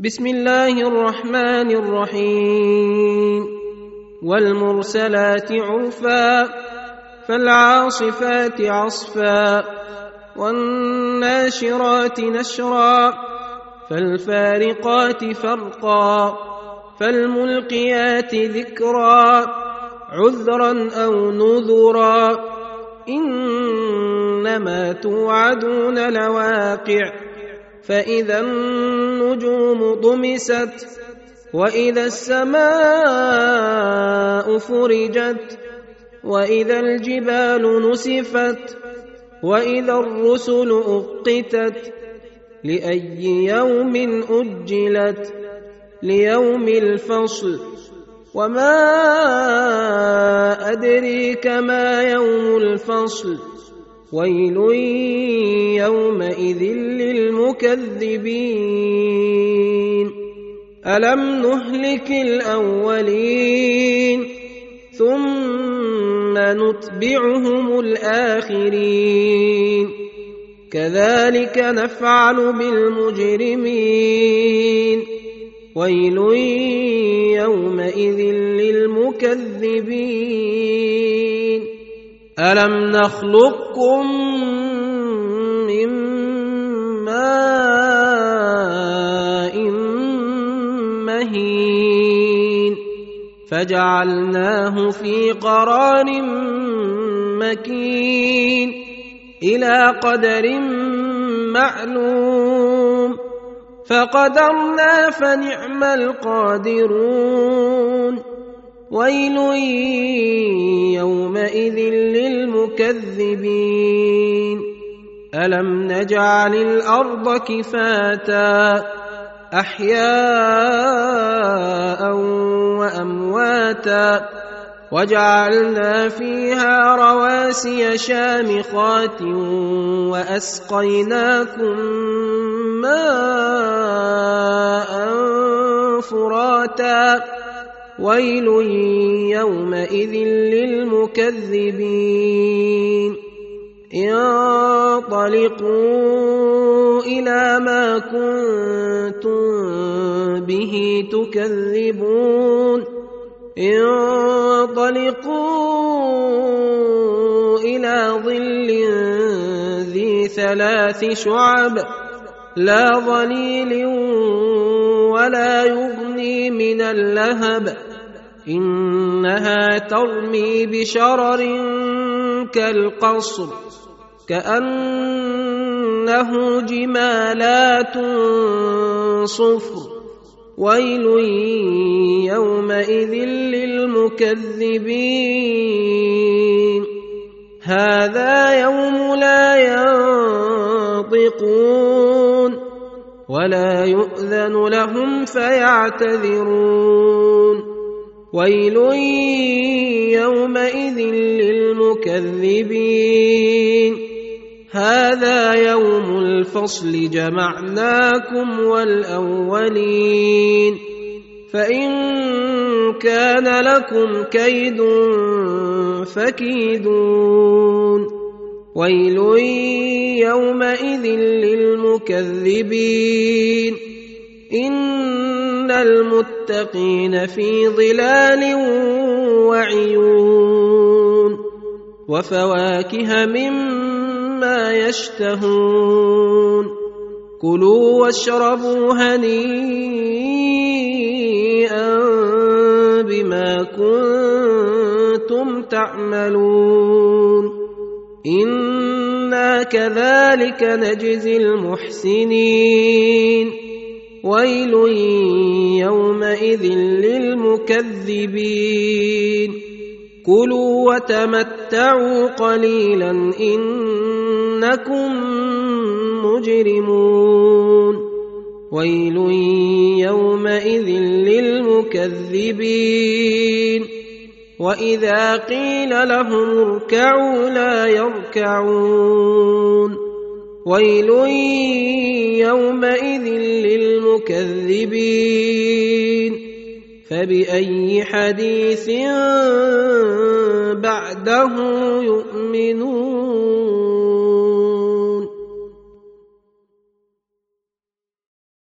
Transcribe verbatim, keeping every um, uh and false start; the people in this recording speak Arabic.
بسم الله الرحمن الرحيم والمرسلات عرفا فالعاصفات عصفا والناشرات نشرا فالفارقات فرقا فالملقيات ذكرا عذرا أو نذرا إنما توعدون لواقع فإذا النجوم طمست وإذا السماء فرجت وإذا الجبال نسفت وإذا الرسل أقتت لأي يوم أجلت ليوم الفصل وما أدريك ما يوم الفصل ويل يومئذ للمكذبين ألم نهلك الأولين ثم نتبعهم الآخرين كذلك نفعل بالمجرمين ويل يومئذ للمكذبين ألم نخلقكم من ماء مهين فجعلناه في قرار مكين إلى قدر معلوم فقدرنا فنعم القادرون ويل يومئذ للمكذبين ألم نجعل الأرض كفاتا أحياء وأمواتا وجعلنا فيها رواسي شامخات وأسقيناكم ماء فراتا ويل يومئذ للمكذبين انطلقوا إلى ما كنتم به تكذبون انطلقوا إلى ظل ذي ثلاث شعب لا ظليل ولا يغني من اللهب إنها ترمي بشرر كالقصر كأنه جمالات صفر ويل يومئذ للمكذبين هذا يوم لا ينطقون ولا يؤذن لهم فيعتذرون ويل يومئذ للمكذبين هذا يوم الفصل جمعناكم والأولين فإن كان لكم كيد فكيدون ويل يومئذ للمكذبين إن المتقين في ظلال وعيون وفواكه مما يشتهون كلوا واشربوا هنيئا بما كنتم تعملون إنا كذلك نجزي المحسنين ويل يومئذ للمكذبين كلوا وتمتعوا قليلا إنكم مجرمون ويل يومئذ للمكذبين وإذا قيل لهم اركعوا لا يركعون ويل يومئذ للمكذبين فبأي حديث بعده يؤمنون